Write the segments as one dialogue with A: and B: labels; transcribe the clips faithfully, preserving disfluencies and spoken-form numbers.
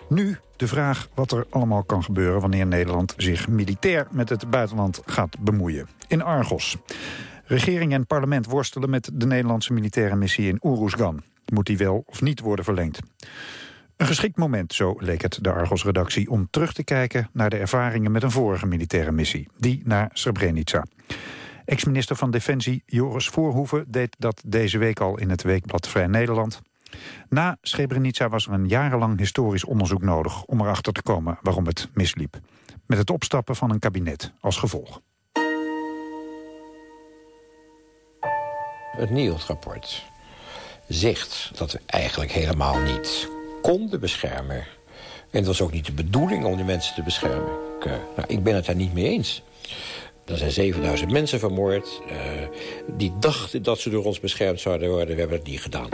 A: Nu de vraag wat er allemaal kan gebeuren wanneer Nederland zich militair met het buitenland gaat bemoeien. In Argos. Regering en parlement worstelen met de Nederlandse militaire missie in Oeroesgan. Moet die wel of niet worden verlengd? Een geschikt moment, zo leek het de Argos-redactie, om terug te kijken naar de ervaringen met een vorige militaire missie, die naar Srebrenica. Ex-minister van Defensie Joris Voorhoeven deed dat deze week al in het weekblad Vrij Nederland. Na Srebrenica was er een jarenlang historisch onderzoek nodig om erachter te komen waarom het misliep. Met het opstappen van een kabinet als gevolg.
B: Het NIOD-rapport zegt dat we eigenlijk helemaal niet konden beschermen. En het was ook niet de bedoeling om die mensen te beschermen. Ik, uh, nou, ik ben het daar niet mee eens. Er zijn zevenduizend mensen vermoord. Uh, die dachten dat ze door ons beschermd zouden worden. We hebben het niet gedaan.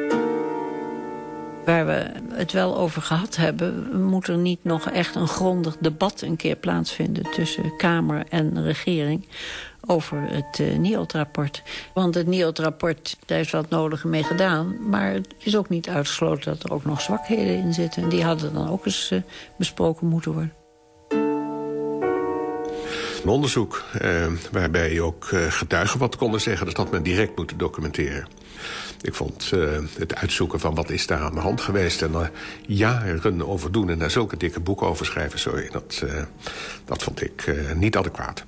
C: Waar we het wel over gehad hebben, moet er niet nog echt een grondig debat een keer plaatsvinden tussen Kamer en regering over het uh, NIOD-rapport. Want het NIOD-rapport, daar is wat nodige mee gedaan, maar het is ook niet uitgesloten dat er ook nog zwakheden in zitten. En die hadden dan ook eens uh, besproken moeten worden.
D: Een onderzoek uh, waarbij ook uh, getuigen wat konden zeggen, dus dat men direct moet documenteren. Ik vond uh, het uitzoeken van wat is daar aan de hand geweest en er jaren over doen en daar zulke dikke boeken over schrijven, sorry, dat, uh, dat vond ik uh, niet adequaat.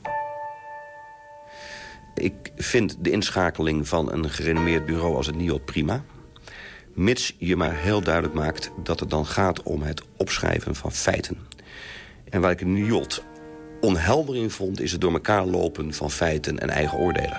E: Ik vind de inschakeling van een gerenommeerd bureau als het NIOD prima, mits je maar heel duidelijk maakt dat het dan gaat om het opschrijven van feiten. En waar ik in NIOD onheldering vond, is het door elkaar lopen van feiten en eigen oordelen.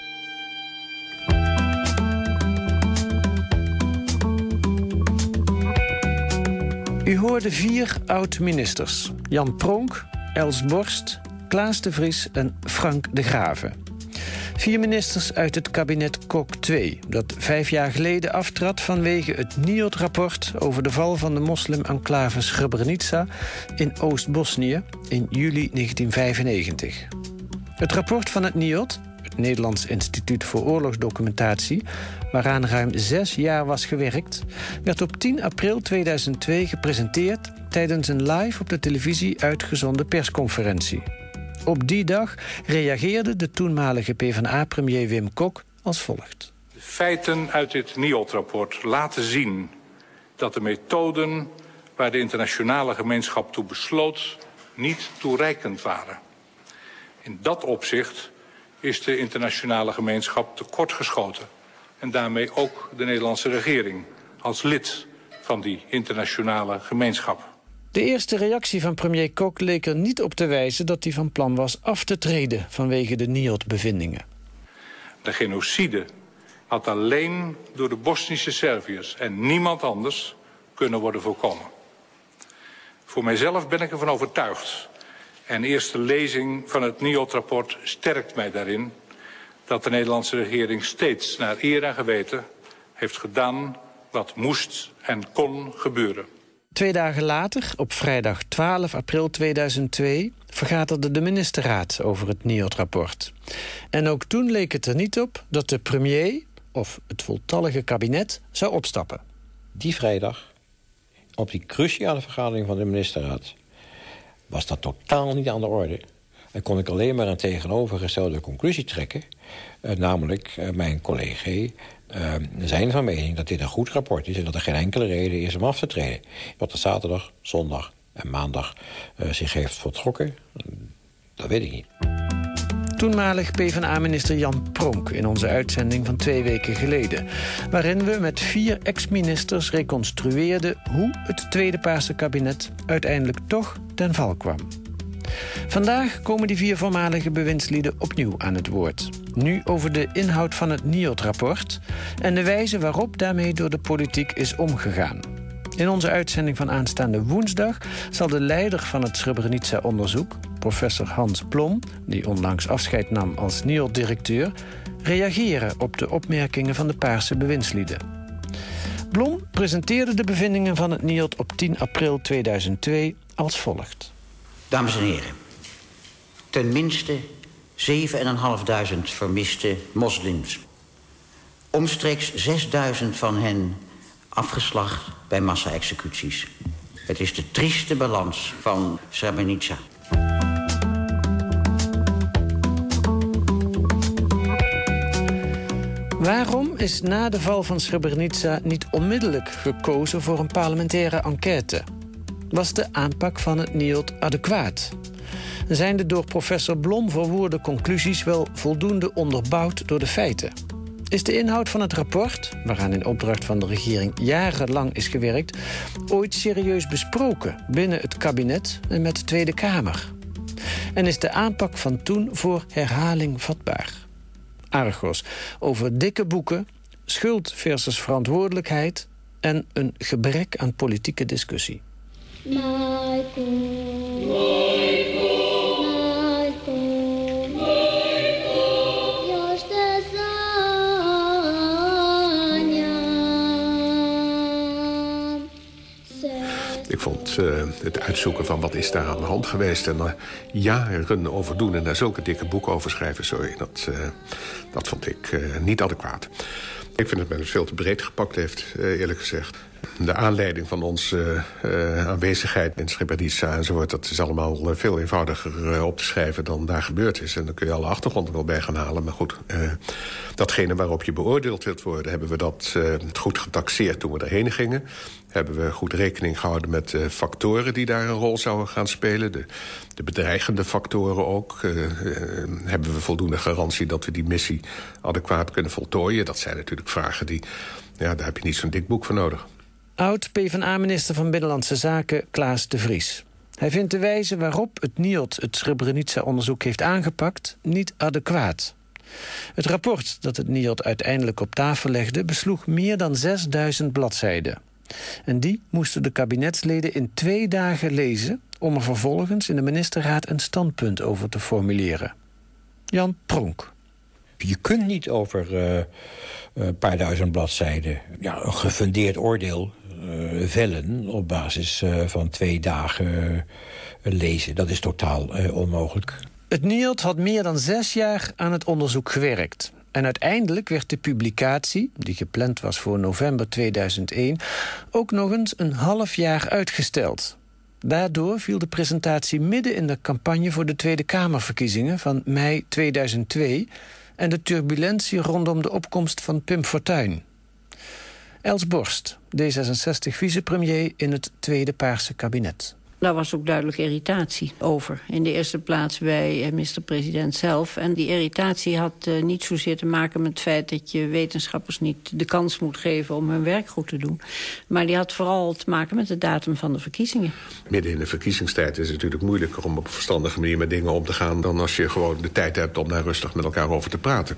F: U hoorde vier oud-ministers. Jan Pronk, Els Borst, Klaas de Vries en Frank de Graven. Vier ministers uit het kabinet Kok twee, dat vijf jaar geleden aftrad vanwege het NIOD-rapport over de val van de moslim-enclave Srebrenica in Oost-Bosnië in juli negentien vijfennegentig. Het rapport van het NIOD, het Nederlands Instituut voor Oorlogsdocumentatie, waaraan ruim zes jaar was gewerkt, werd op tien april tweeduizend twee gepresenteerd tijdens een live op de televisie uitgezonden persconferentie. Op die dag reageerde de toenmalige PvdA-premier Wim Kok als volgt.
G: De feiten uit dit NIOD-rapport laten zien dat de methoden waar de internationale gemeenschap toe besloot niet toereikend waren. In dat opzicht is de internationale gemeenschap tekortgeschoten en daarmee ook de Nederlandse regering als lid van die internationale gemeenschap.
F: De eerste reactie van premier Kok leek er niet op te wijzen dat hij van plan was af te treden vanwege de NIOD-bevindingen.
G: De genocide had alleen door de Bosnische Serviërs en niemand anders kunnen worden voorkomen. Voor mijzelf ben ik ervan overtuigd, en de eerste lezing van het NIOD-rapport sterkt mij daarin, dat de Nederlandse regering steeds naar eer en geweten heeft gedaan wat moest en kon gebeuren.
F: Twee dagen later, op vrijdag twaalf april tweeduizend twee, vergaderde de ministerraad over het NIOD-rapport. En ook toen leek het er niet op dat de premier, of het voltallige kabinet, zou opstappen.
B: Die vrijdag, op die cruciale vergadering van de ministerraad, was dat totaal niet aan de orde. En kon ik alleen maar een tegenovergestelde conclusie trekken. Uh, namelijk, uh, mijn collega uh, zijn van mening dat dit een goed rapport is en dat er geen enkele reden is om af te treden. Wat er zaterdag, zondag en maandag uh, zich heeft voltrokken, uh, dat weet ik niet.
F: Toenmalig PvdA-minister Jan Pronk in onze uitzending van twee weken geleden, waarin we met vier ex-ministers reconstrueerden hoe het tweede Paarse kabinet uiteindelijk toch ten val kwam. Vandaag komen die vier voormalige bewindslieden opnieuw aan het woord. Nu over de inhoud van het NIOD-rapport en de wijze waarop daarmee door de politiek is omgegaan. In onze uitzending van aanstaande woensdag zal de leider van het Srebrenica-onderzoek, professor Hans Blom, die onlangs afscheid nam als NIOD-directeur, reageren op de opmerkingen van de Paarse bewindslieden. Blom presenteerde de bevindingen van het NIOD op tien april tweeduizend twee als volgt.
H: Dames en heren, ten minste zevenduizendvijfhonderd vermiste moslims. Omstreeks zesduizend van hen afgeslacht bij massa-executies. Het is de trieste balans van Srebrenica.
F: Waarom is na de val van Srebrenica niet onmiddellijk gekozen voor een parlementaire enquête? Was de aanpak van het N I O D adequaat? Zijn de door professor Blom verwoorde conclusies wel voldoende onderbouwd door de feiten? Is de inhoud van het rapport, waaraan in opdracht van de regering jarenlang is gewerkt, ooit serieus besproken binnen het kabinet en met de Tweede Kamer? En is de aanpak van toen voor herhaling vatbaar? Argos over dikke boeken, schuld versus verantwoordelijkheid en een gebrek aan politieke discussie. Michael, Michael, Michael, Michael,
D: Ik vond uh, het uitzoeken van wat is daar aan de hand geweest en uh, jaren over doen en daar zulke dikke boeken over schrijven, sorry, dat, uh, dat vond ik uh, niet adequaat. Ik vind dat men het veel te breed gepakt heeft, uh, eerlijk gezegd. De aanleiding van onze uh, aanwezigheid in Srebrenica enzovoort, dat is allemaal uh, veel eenvoudiger uh, op te schrijven dan daar gebeurd is. En dan kun je alle achtergronden wel bij gaan halen. Maar goed, uh, datgene waarop je beoordeeld wilt worden, hebben we dat uh, goed getaxeerd toen we erheen gingen. Hebben we goed rekening gehouden met uh, factoren die daar een rol zouden gaan spelen. De, de bedreigende factoren ook. Uh, uh, hebben we voldoende garantie dat we die missie adequaat kunnen voltooien? Dat zijn natuurlijk vragen die, ja, daar heb je niet zo'n dik boek voor nodig.
F: Oud-PvdA-minister van Binnenlandse Zaken Klaas de Vries. Hij vindt de wijze waarop het N I O D het Srebrenica-onderzoek heeft aangepakt niet adequaat. Het rapport dat het N I O D uiteindelijk op tafel legde besloeg meer dan zesduizend bladzijden. En die moesten de kabinetsleden in twee dagen lezen om er vervolgens in de ministerraad een standpunt over te formuleren. Jan Pronk.
B: Je kunt niet over uh, een paar duizend bladzijden ja, een gefundeerd oordeel uh, vellen op basis uh, van twee dagen uh, lezen. Dat is totaal uh, onmogelijk.
F: Het N I O D had meer dan zes jaar aan het onderzoek gewerkt. En uiteindelijk werd de publicatie, die gepland was voor november tweeduizend één... ook nog eens een half jaar uitgesteld. Daardoor viel de presentatie midden in de campagne voor de Tweede Kamerverkiezingen van mei tweeduizend twee... en de turbulentie rondom de opkomst van Pim Fortuyn. Els Borst, D zesenzestig-vicepremier in het Tweede Paarse kabinet.
C: Daar was ook duidelijk irritatie over. In de eerste plaats bij minister-president zelf. En die irritatie had uh, niet zozeer te maken met het feit dat je wetenschappers niet de kans moet geven om hun werk goed te doen. Maar die had vooral te maken met de datum van de verkiezingen.
D: Midden in de verkiezingstijd is het natuurlijk moeilijker om op een verstandige manier met dingen om te gaan dan als je gewoon de tijd hebt om daar rustig met elkaar over te praten.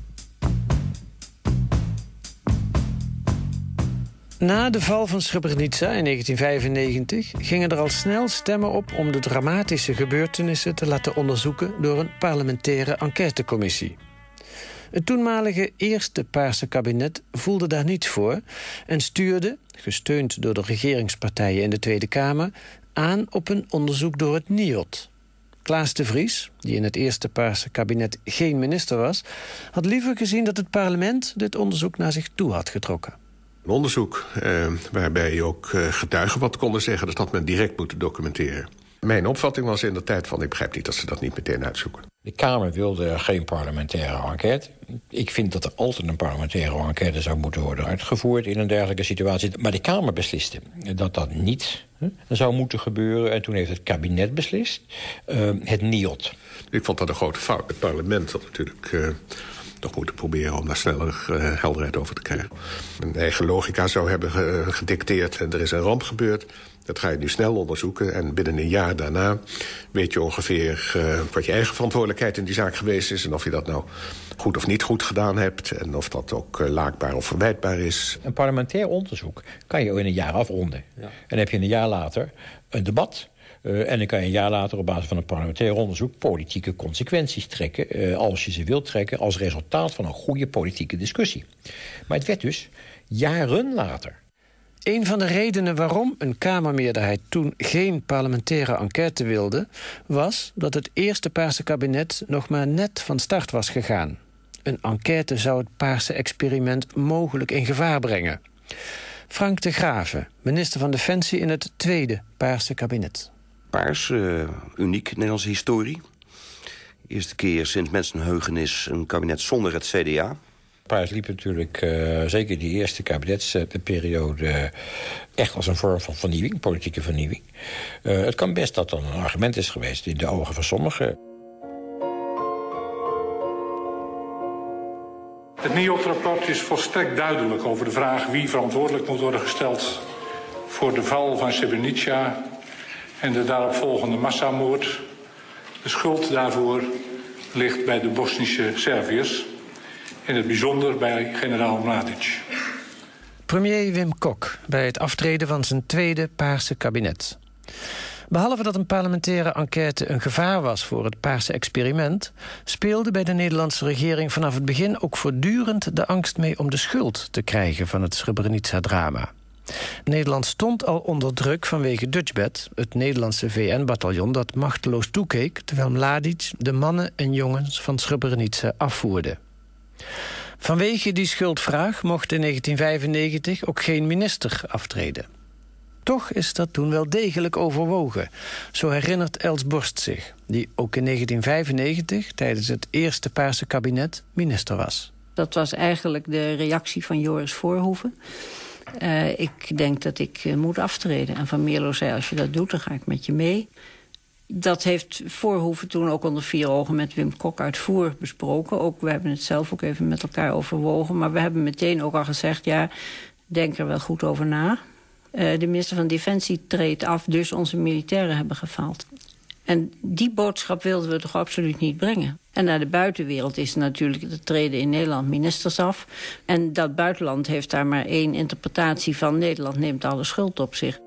F: Na de val van Srebrenica in negentien vijfennegentig gingen er al snel stemmen op om de dramatische gebeurtenissen te laten onderzoeken door een parlementaire enquêtecommissie. Het toenmalige eerste Paarse kabinet voelde daar niets voor en stuurde, gesteund door de regeringspartijen in de Tweede Kamer, aan op een onderzoek door het N I O D. Klaas de Vries, die in het eerste Paarse kabinet geen minister was, had liever gezien dat het parlement dit onderzoek naar zich toe had getrokken.
D: Een onderzoek eh, waarbij je ook uh, getuigen wat konden zeggen, dus dat men direct moet documenteren. Mijn opvatting was in de tijd van, ik begrijp niet dat ze dat niet meteen uitzoeken.
B: De Kamer wilde geen parlementaire enquête. Ik vind dat er altijd een parlementaire enquête zou moeten worden uitgevoerd in een dergelijke situatie. Maar de Kamer besliste dat dat niet hè, zou moeten gebeuren. En toen heeft het kabinet beslist, uh, het N I O D.
D: Ik vond dat een grote fout. Het parlement had natuurlijk Uh, toch moeten proberen om daar sneller uh, helderheid over te krijgen. Een eigen logica zou hebben ge gedicteerd en er is een ramp gebeurd. Dat ga je nu snel onderzoeken en binnen een jaar daarna weet je ongeveer uh, wat je eigen verantwoordelijkheid in die zaak geweest is en of je dat nou goed of niet goed gedaan hebt en of dat ook uh, laakbaar of verwijtbaar is.
B: Een parlementair onderzoek kan je in een jaar afronden. Ja. En dan heb je een jaar later een debat. Uh, en dan kan je een jaar later op basis van een parlementair onderzoek politieke consequenties trekken, uh, als je ze wilt trekken, als resultaat van een goede politieke discussie. Maar het werd dus jaren later.
F: Een van de redenen waarom een Kamermeerderheid toen geen parlementaire enquête wilde, was dat het eerste Paarse kabinet nog maar net van start was gegaan. Een enquête zou het Paarse experiment mogelijk in gevaar brengen. Frank de Graven, minister van Defensie in het tweede Paarse kabinet.
E: Paars, uh, uniek Nederlandse historie. Eerste keer sinds mensenheugenis een kabinet zonder het C D A.
B: Paars liep natuurlijk, uh, zeker die eerste kabinetsperiode, uh, echt als een vorm van vernieuwing, politieke vernieuwing. Uh, het kan best dat dat een argument is geweest in de ogen van sommigen.
G: Het N I O T-rapport is volstrekt duidelijk over de vraag wie verantwoordelijk moet worden gesteld voor de val van Srebrenica en de daaropvolgende massamoord. De schuld daarvoor ligt bij de Bosnische Serviërs, in het bijzonder bij generaal Mladic.
F: Premier Wim Kok bij het aftreden van zijn tweede Paarse kabinet. Behalve dat een parlementaire enquête een gevaar was voor het Paarse experiment, speelde bij de Nederlandse regering vanaf het begin ook voortdurend de angst mee om de schuld te krijgen van het Srebrenica-drama. Nederland stond al onder druk vanwege Dutchbat, het Nederlandse V N-bataljon dat machteloos toekeek terwijl Mladic de mannen en jongens van Srebrenica afvoerde. Vanwege die schuldvraag mocht in negentien vijfennegentig ook geen minister aftreden. Toch is dat toen wel degelijk overwogen, zo herinnert Els Borst zich, die ook in negentien vijfennegentig tijdens het eerste Paarse kabinet minister was.
C: Dat was eigenlijk de reactie van Joris Voorhoeven. Uh, ik denk dat ik uh, moet aftreden. En Van Mierlo zei, als je dat doet, dan ga ik met je mee. Dat heeft Voorhoeven toen ook onder vier ogen met Wim Kok uitvoerig besproken. Ook, we hebben het zelf ook even met elkaar overwogen. Maar we hebben meteen ook al gezegd, ja, denk er wel goed over na. Uh, de minister van Defensie treedt af, dus onze militairen hebben gefaald. En die boodschap wilden we toch absoluut niet brengen. En naar de buitenwereld is natuurlijk, de treden in Nederland ministers af. En dat buitenland heeft daar maar één interpretatie van. Nederland neemt alle schuld op zich.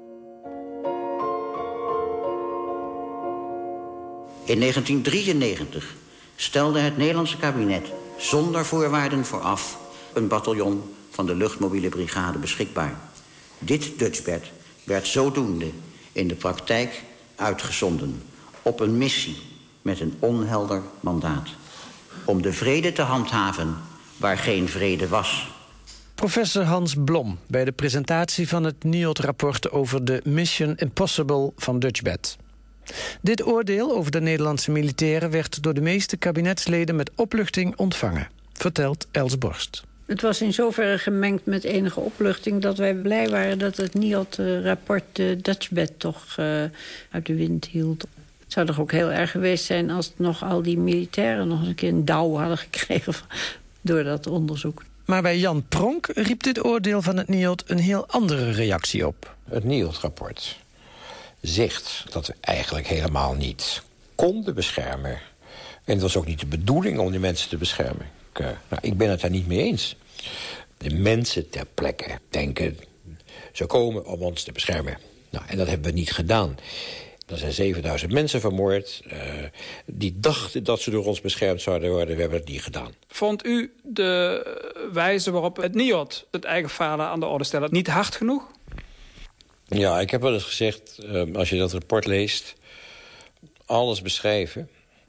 H: In negentien drieënnegentig stelde het Nederlandse kabinet zonder voorwaarden vooraf een bataljon van de luchtmobiele brigade beschikbaar. Dit Dutchbat werd zodoende in de praktijk uitgezonden op een missie met een onhelder mandaat. Om de vrede te handhaven waar geen vrede was.
F: Professor Hans Blom bij de presentatie van het N I O T-rapport over de Mission Impossible van Dutchbat. Dit oordeel over de Nederlandse militairen werd door de meeste kabinetsleden met opluchting ontvangen, vertelt Els Borst.
C: Het was in zoverre gemengd met enige opluchting dat wij blij waren dat het N I O T-rapport de Dutchbat toch uh, uit de wind hield. Het zou toch ook heel erg geweest zijn als nog al die militairen nog eens een keer een douw hadden gekregen door dat onderzoek.
F: Maar bij Jan Pronk riep dit oordeel van het N I O T een heel andere reactie op.
B: Het N I O T-rapport zegt dat we eigenlijk helemaal niet konden beschermen. En het was ook niet de bedoeling om die mensen te beschermen. Ik, uh, nou, ik ben het daar niet mee eens. De mensen ter plekke denken, ze komen om ons te beschermen. Nou, en dat hebben we niet gedaan. Er zijn zevenduizend mensen vermoord. Uh, die dachten dat ze door ons beschermd zouden worden. We hebben het niet gedaan.
I: Vond u de wijze waarop het N I O T het eigen falen aan de orde stellen niet hard genoeg?
B: Ja, ik heb wel eens gezegd, uh, als je dat rapport leest, alles beschrijven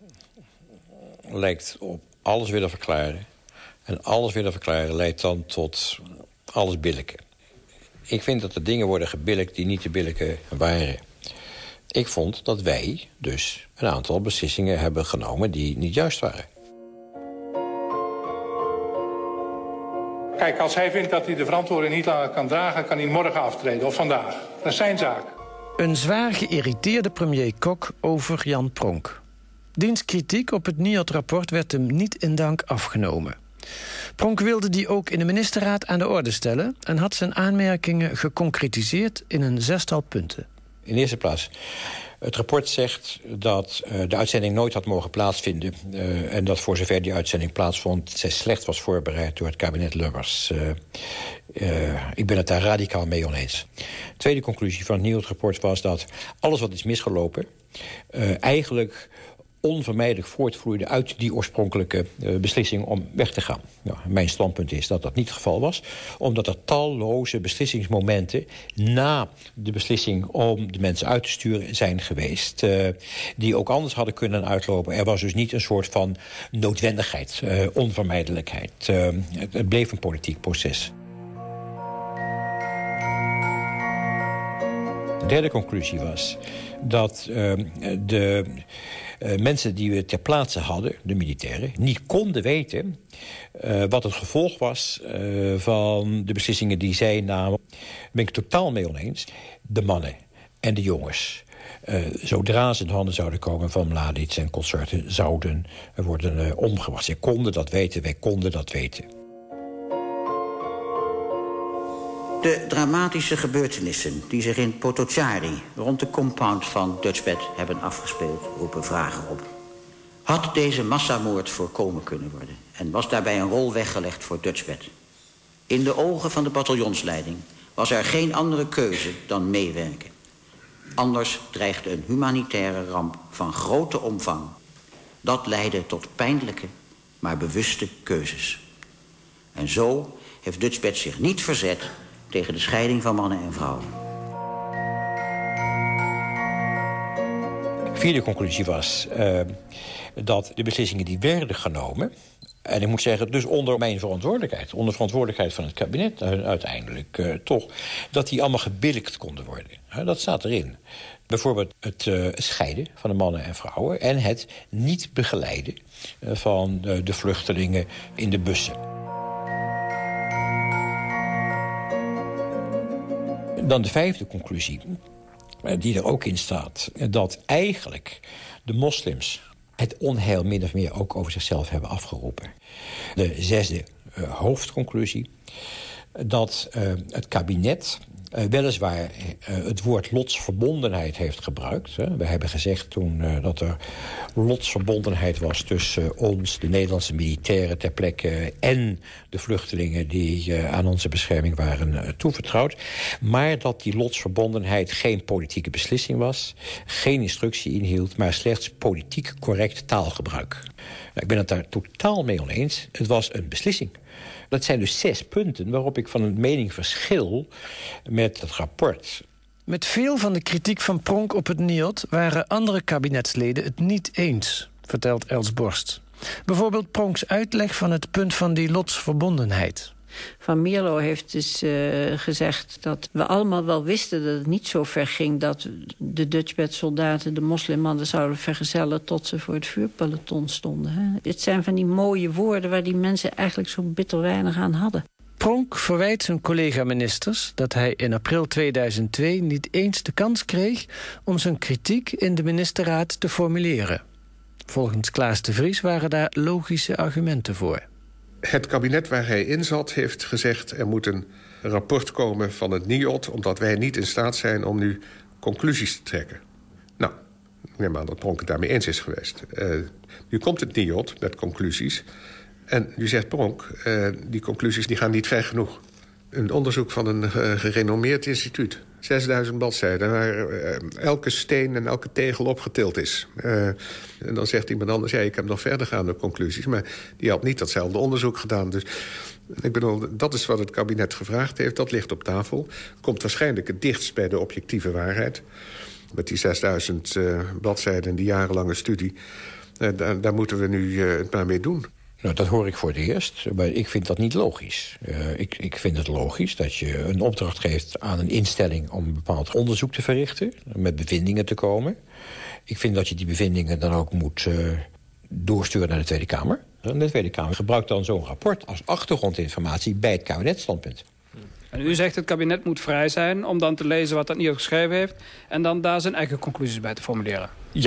B: lijkt op alles willen verklaren. En alles willen verklaren leidt dan tot alles billijken. Ik vind dat er dingen worden gebillijkt die niet te billijken waren. Ik vond dat wij dus een aantal beslissingen hebben genomen die niet juist waren.
G: Kijk, als hij vindt dat hij de verantwoording niet langer kan dragen, kan hij morgen aftreden of vandaag. Dat is zijn zaak.
F: Een zwaar geïrriteerde premier Kok over Jan Pronk. Diens kritiek op het N I O T-rapport werd hem niet in dank afgenomen. Pronk wilde die ook in de ministerraad aan de orde stellen en had zijn aanmerkingen geconcretiseerd in een zestal punten.
B: In de eerste plaats, het rapport zegt dat uh, de uitzending nooit had mogen plaatsvinden. Uh, en dat voor zover die uitzending plaatsvond, zij slecht was voorbereid door het kabinet Lubbers. Uh, uh, ik ben het daar radicaal mee oneens. De tweede conclusie van het N I O T-rapport was dat alles wat is misgelopen Uh, eigenlijk onvermijdelijk voortvloeide uit die oorspronkelijke uh, beslissing om weg te gaan. Nou, mijn standpunt is dat dat niet het geval was, omdat er talloze beslissingsmomenten na de beslissing om de mensen uit te sturen zijn geweest, uh, die ook anders hadden kunnen uitlopen. Er was dus niet een soort van noodwendigheid, uh, onvermijdelijkheid. Uh, het, het bleef een politiek proces. De derde conclusie was dat uh, de uh, mensen die we ter plaatse hadden, de militairen, niet konden weten uh, wat het gevolg was uh, van de beslissingen die zij namen. Daar ben ik het totaal mee oneens. De mannen en de jongens, Uh, zodra ze in handen zouden komen van Mladic en consorten, zouden worden uh, omgebracht. Zij konden dat weten, wij konden dat weten.
H: De dramatische gebeurtenissen die zich in Potocari rond de compound van Dutchbed hebben afgespeeld, roepen vragen op. Had deze massamoord voorkomen kunnen worden en was daarbij een rol weggelegd voor Dutchbed? In de ogen van de bataljonsleiding was er geen andere keuze dan meewerken. Anders dreigde een humanitaire ramp van grote omvang. Dat leidde tot pijnlijke, maar bewuste keuzes. En zo heeft Dutchbed zich niet verzet tegen de scheiding van mannen en vrouwen.
B: De vierde conclusie was uh, dat de beslissingen die werden genomen, en ik moet zeggen, dus onder mijn verantwoordelijkheid, onder verantwoordelijkheid van het kabinet uiteindelijk uh, toch, dat die allemaal gebillijkt konden worden. Uh, dat staat erin. Bijvoorbeeld het uh, scheiden van de mannen en vrouwen en het niet begeleiden uh, van uh, de vluchtelingen in de bussen. Dan de vijfde conclusie, uh, die er ook in staat, uh, dat eigenlijk de moslims het onheil min of meer ook over zichzelf hebben afgeroepen. De zesde uh, hoofdconclusie, dat uh, het kabinet uh, weliswaar uh, het woord lotsverbondenheid heeft gebruikt. Hè. We hebben gezegd toen uh, dat er lotsverbondenheid was tussen uh, ons, de Nederlandse militairen ter plekke, en de vluchtelingen die uh, aan onze bescherming waren uh, toevertrouwd. Maar dat die lotsverbondenheid geen politieke beslissing was, geen instructie inhield, maar slechts politiek correct taalgebruik. Nou, ik ben het daar totaal mee oneens. Het was een beslissing. Dat zijn dus zes punten waarop ik van een mening verschil met het rapport.
F: Met veel van de kritiek van Pronk op het N I O D waren andere kabinetsleden het niet eens, vertelt Els Borst. Bijvoorbeeld Pronks uitleg van het punt van die lotsverbondenheid.
C: Van Mierlo heeft dus uh, gezegd dat we allemaal wel wisten dat het niet zo ver ging dat de Dutchbed-soldaten de moslimmannen zouden vergezellen tot ze voor het vuurpeloton stonden. Hè. Dit zijn van die mooie woorden waar die mensen eigenlijk zo bitter weinig aan hadden.
F: Pronk verwijt zijn collega-ministers dat hij in april tweeduizend twee niet eens de kans kreeg om zijn kritiek in de ministerraad te formuleren. Volgens Klaas de Vries waren daar logische argumenten voor.
D: Het kabinet waar hij in zat heeft gezegd, er moet een rapport komen van het N I O D, omdat wij niet in staat zijn om nu conclusies te trekken. Nou, ik neem aan dat Pronk het daarmee eens is geweest. Uh, nu komt het N I O D met conclusies. En nu zegt Pronk, uh, die conclusies die gaan niet ver genoeg. Een onderzoek van een uh, gerenommeerd instituut. zesduizend bladzijden, waar uh, elke steen en elke tegel opgetild is. Uh, en dan zegt iemand anders, ja, ik heb nog verdergaande conclusies, maar die had niet datzelfde onderzoek gedaan. Dus ik bedoel, dat is wat het kabinet gevraagd heeft. Dat ligt op tafel. Komt waarschijnlijk het dichtst bij de objectieve waarheid. Met die zesduizend uh, bladzijden en die jarenlange studie. Uh, daar, daar moeten we nu uh, het maar mee doen.
B: Nou, dat hoor ik voor het eerst, maar ik vind dat niet logisch. Uh, ik, ik vind het logisch dat je een opdracht geeft aan een instelling om een bepaald onderzoek te verrichten, met bevindingen te komen. Ik vind dat je die bevindingen dan ook moet uh, doorsturen naar de Tweede Kamer. En de Tweede Kamer gebruikt dan zo'n rapport als achtergrondinformatie bij het kabinetsstandpunt.
I: En u zegt het kabinet moet vrij zijn om dan te lezen wat dat N I O D geschreven heeft en dan daar zijn eigen conclusies bij te formuleren.
B: Ja.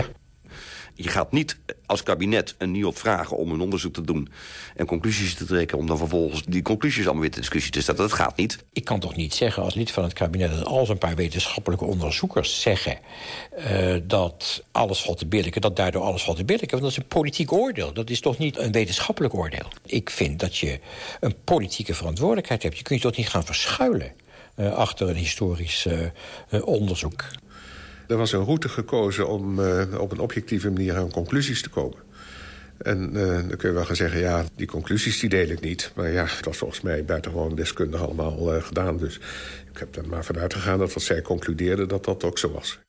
E: Je gaat niet als kabinet een N I O D vragen om een onderzoek te doen en conclusies te trekken, om dan vervolgens die conclusies allemaal weer te discussie te stellen. Dat gaat niet.
B: Ik kan toch niet zeggen als lid van het kabinet dat als een paar wetenschappelijke onderzoekers zeggen uh, dat alles valt te billijken, dat daardoor alles valt te billijken. Want dat is een politiek oordeel. Dat is toch niet een wetenschappelijk oordeel. Ik vind dat je een politieke verantwoordelijkheid hebt. Je kunt je toch niet gaan verschuilen uh, achter een historisch uh, uh, onderzoek.
D: Er was een route gekozen om uh, op een objectieve manier aan conclusies te komen. En uh, dan kun je wel gaan zeggen, ja, die conclusies die deel ik niet. Maar ja, het was volgens mij buitengewoon deskundig allemaal uh, gedaan. Dus ik heb er maar vanuit gegaan dat wat zij concludeerden, dat dat ook zo was.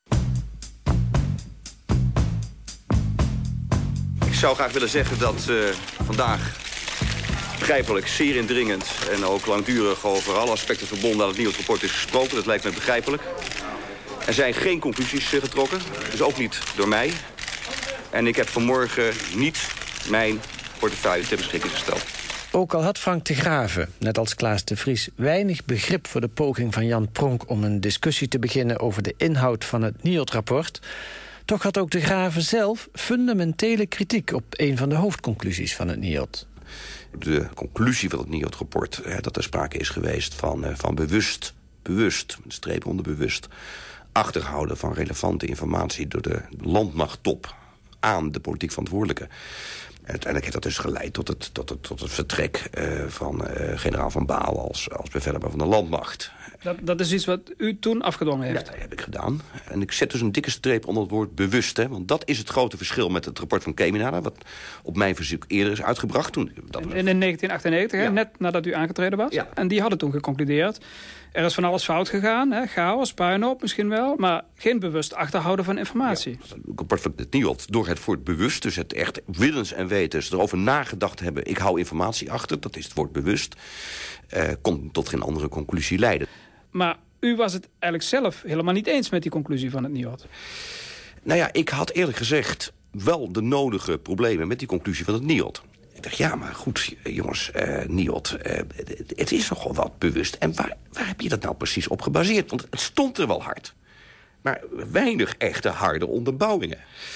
E: Ik zou graag willen zeggen dat uh, vandaag begrijpelijk, zeer indringend en ook langdurig over alle aspecten verbonden aan het N I O D-rapport is gesproken. Dat lijkt me begrijpelijk. Er zijn geen conclusies getrokken, dus ook niet door mij. En ik heb vanmorgen niet mijn portefeuille ter beschikking gesteld.
F: Ook al had Frank de Graven, net als Klaas de Vries, weinig begrip voor de poging van Jan Pronk om een discussie te beginnen over de inhoud van het N I O D-rapport, toch had ook de Graven zelf fundamentele kritiek op een van de hoofdconclusies van het N I O D.
E: De conclusie van het N I O D-rapport, dat er sprake is geweest van, van bewust, bewust, met streep onder bewust, achterhouden van relevante informatie door de landmachttop aan de politiek verantwoordelijke. Uiteindelijk heeft dat dus geleid tot het, tot het, tot het vertrek uh, van uh, generaal Van Baal als, als bevelhebber van de landmacht.
I: Dat, dat is iets wat u toen afgedwongen heeft?
E: Ja, dat heb ik gedaan. En ik zet dus een dikke streep onder het woord bewust. Hè, want dat is het grote verschil met het rapport van Kemenade, wat op mijn verzoek eerder is uitgebracht. Toen, dat
I: in, in negentien achtennegentig, ja. Hè, net nadat u aangetreden was.
E: Ja.
I: En die hadden toen geconcludeerd, er is van alles fout gegaan. Hè, chaos, puinhoop misschien wel, maar geen bewust achterhouden van informatie. Ja,
E: het rapport van het N I O D, door het voor het bewust, dus het echt willens en wetens erover nagedacht hebben, ik hou informatie achter, dat is het woord bewust, uh, kon tot geen andere conclusie leiden.
I: Maar u was het eigenlijk zelf helemaal niet eens met die conclusie van het N I O D.
E: Nou ja, ik had eerlijk gezegd wel de nodige problemen met die conclusie van het N I O D. Ik dacht, ja, maar goed, jongens, uh, N I O D, uh, het is nogal wat bewust. En waar, waar heb je dat nou precies op gebaseerd? Want het stond er wel hard. Maar weinig echte harde onderbouwingen.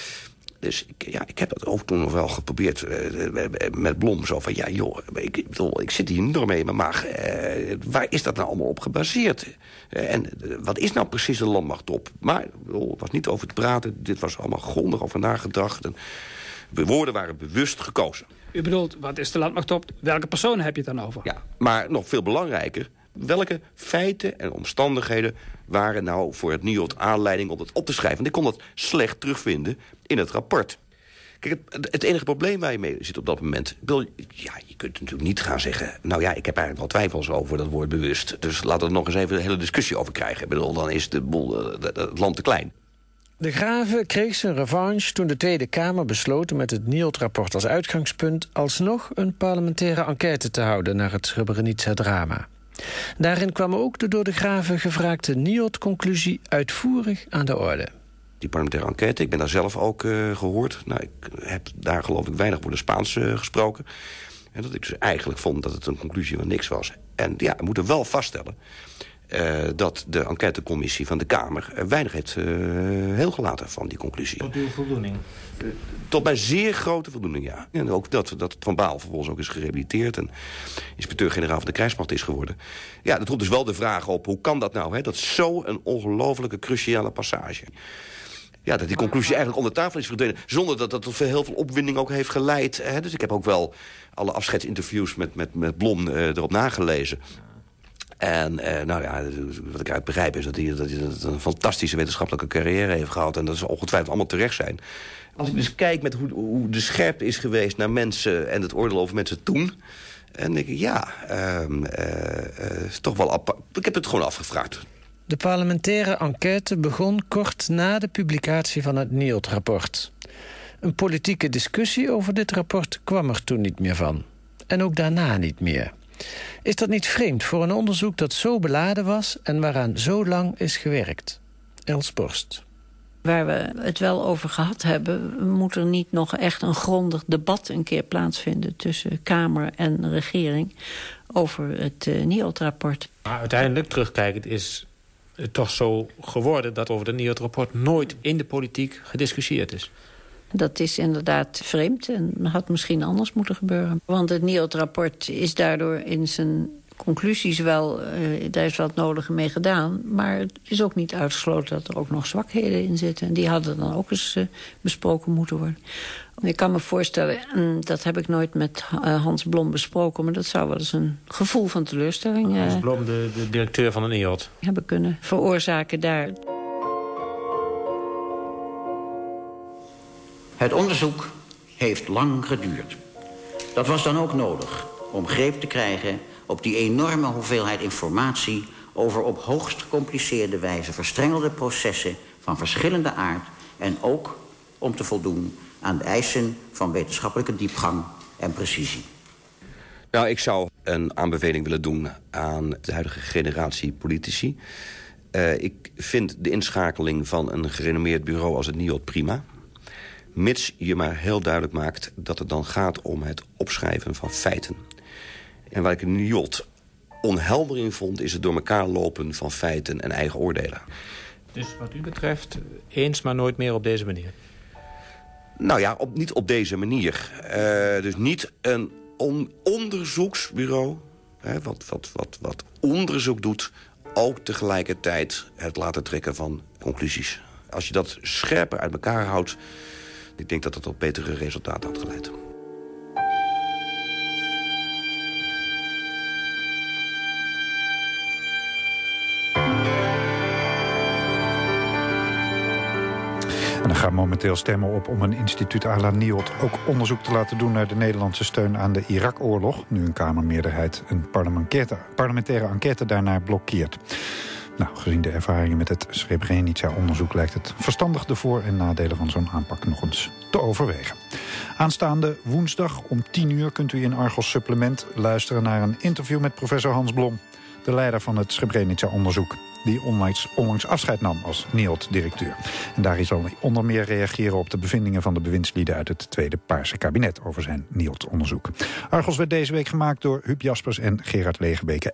E: Dus ik, ja, ik heb dat ook toen nog wel geprobeerd uh, met Blom. Zo van, ja joh, ik, ik, bedoel, ik zit hier niet door mee in mijn maag. Uh, waar is dat nou allemaal op gebaseerd? Uh, en uh, wat is nou precies de landmachttop? Maar bedoel, het was niet over te praten. Dit was allemaal grondig over nagedacht. En de woorden waren bewust gekozen.
I: U bedoelt, wat is de landmachttop? Welke personen heb je het dan over?
E: Ja, maar nog veel belangrijker, welke feiten en omstandigheden waren nou voor het N I O D aanleiding om dat op te schrijven? Want ik kon dat slecht terugvinden in het rapport. Kijk, het, het enige probleem waar je mee zit op dat moment, ik bedoel, ja, je kunt natuurlijk niet gaan zeggen, nou ja, ik heb eigenlijk wel twijfels over dat woord bewust. Dus laten we er nog eens even een hele discussie over krijgen. Ik bedoel, dan is de boel, het land te klein.
F: De Graven kreeg zijn revanche toen de Tweede Kamer besloot met het N I O D-rapport als uitgangspunt alsnog een parlementaire enquête te houden naar het Srebrenica-drama. Daarin kwam ook de door de Graven gevraagde N I O D-conclusie uitvoerig aan de orde.
E: Die parlementaire enquête, ik ben daar zelf ook uh, gehoord. Nou, ik heb daar geloof ik weinig woorden Spaans uh, gesproken. En dat ik dus eigenlijk vond dat het een conclusie van niks was. En ja, we moeten wel vaststellen Uh, dat de enquêtecommissie van de Kamer uh, weinig heeft uh, heel gelaten van die conclusie.
J: Tot uw voldoening?
E: Uh, tot mijn zeer grote voldoening, ja. En ook dat, dat Van Baal vervolgens ook is gerehabiliteerd en inspecteur-generaal van de krijgsmacht is geworden. Ja, dat roept dus wel de vraag op, hoe kan dat nou? Hè? Dat is zo'n ongelofelijke cruciale passage. Ja, dat die conclusie eigenlijk onder tafel is verdwenen, zonder dat dat tot heel veel opwinding ook heeft geleid. Hè? Dus ik heb ook wel alle afscheidsinterviews met, met, met Blom uh, erop nagelezen. En uh, nou ja, wat ik uit begrijp is dat hij, dat hij een fantastische wetenschappelijke carrière heeft gehad. En dat ze ongetwijfeld allemaal terecht zijn. Als ik dus kijk met hoe, hoe de scherpte is geweest naar mensen en het oordeel over mensen toen. En denk ik, ja, uh, uh, uh, is toch wel apart. Ik heb het gewoon afgevraagd.
F: De parlementaire enquête begon kort na de publicatie van het N I O D-rapport. Een politieke discussie over dit rapport kwam er toen niet meer van. En ook daarna niet meer. Is dat niet vreemd voor een onderzoek dat zo beladen was en waaraan zo lang is gewerkt? Els Borst.
C: Waar we het wel over gehad hebben, moet er niet nog echt een grondig debat een keer plaatsvinden tussen Kamer en regering over het uh, N I O D-rapport.
J: Maar uiteindelijk, terugkijkend, is het toch zo geworden dat over het N I O D-rapport nooit in de politiek gediscussieerd is.
C: Dat is inderdaad vreemd en had misschien anders moeten gebeuren. Want het N I O D-rapport is daardoor in zijn conclusies wel, uh, daar is wat nodige mee gedaan. Maar het is ook niet uitgesloten dat er ook nog zwakheden in zitten. En die hadden dan ook eens uh, besproken moeten worden. Ik kan me voorstellen, en dat heb ik nooit met uh, Hans Blom besproken, maar dat zou wel eens een gevoel van teleurstelling uh,
J: Hans Blom, de, de directeur van de N I O D,
C: hebben kunnen veroorzaken daar.
H: Het onderzoek heeft lang geduurd. Dat was dan ook nodig om greep te krijgen op die enorme hoeveelheid informatie over op hoogst gecompliceerde wijze verstrengelde processen van verschillende aard en ook om te voldoen aan de eisen van wetenschappelijke diepgang en precisie.
E: Nou, ik zou een aanbeveling willen doen aan de huidige generatie politici. Uh, ik vind de inschakeling van een gerenommeerd bureau als het N I O D prima. Mits je maar heel duidelijk maakt dat het dan gaat om het opschrijven van feiten. En waar ik in N I O D onhelder in vond, is het door elkaar lopen van feiten en eigen oordelen.
J: Dus wat u betreft, eens maar nooit meer op deze manier?
E: Nou ja, op, niet op deze manier. Uh, dus niet een on- onderzoeksbureau, hè, wat, wat, wat, wat onderzoek doet, ook tegelijkertijd het laten trekken van conclusies. Als je dat scherper uit elkaar houdt, ik denk dat het tot betere resultaten had geleid.
A: En er gaan momenteel stemmen op om een instituut à la N I O D ook onderzoek te laten doen naar de Nederlandse steun aan de Irak-oorlog. Nu een Kamermeerderheid een parlementaire enquête daarnaar blokkeert. Nou, gezien de ervaringen met het Srebrenica-onderzoek lijkt het verstandig de voor- en nadelen van zo'n aanpak nog eens te overwegen. Aanstaande woensdag om tien uur kunt u in Argos Supplement luisteren naar een interview met professor Hans Blom, de leider van het Srebrenica-onderzoek, die onlangs, onlangs afscheid nam als N I O D-directeur. En daarin zal hij onder meer reageren op de bevindingen van de bewindslieden uit het tweede Paarse kabinet over zijn N I O D-onderzoek. Argos werd deze week gemaakt door Huub Jaspers en Gerard Legebeke.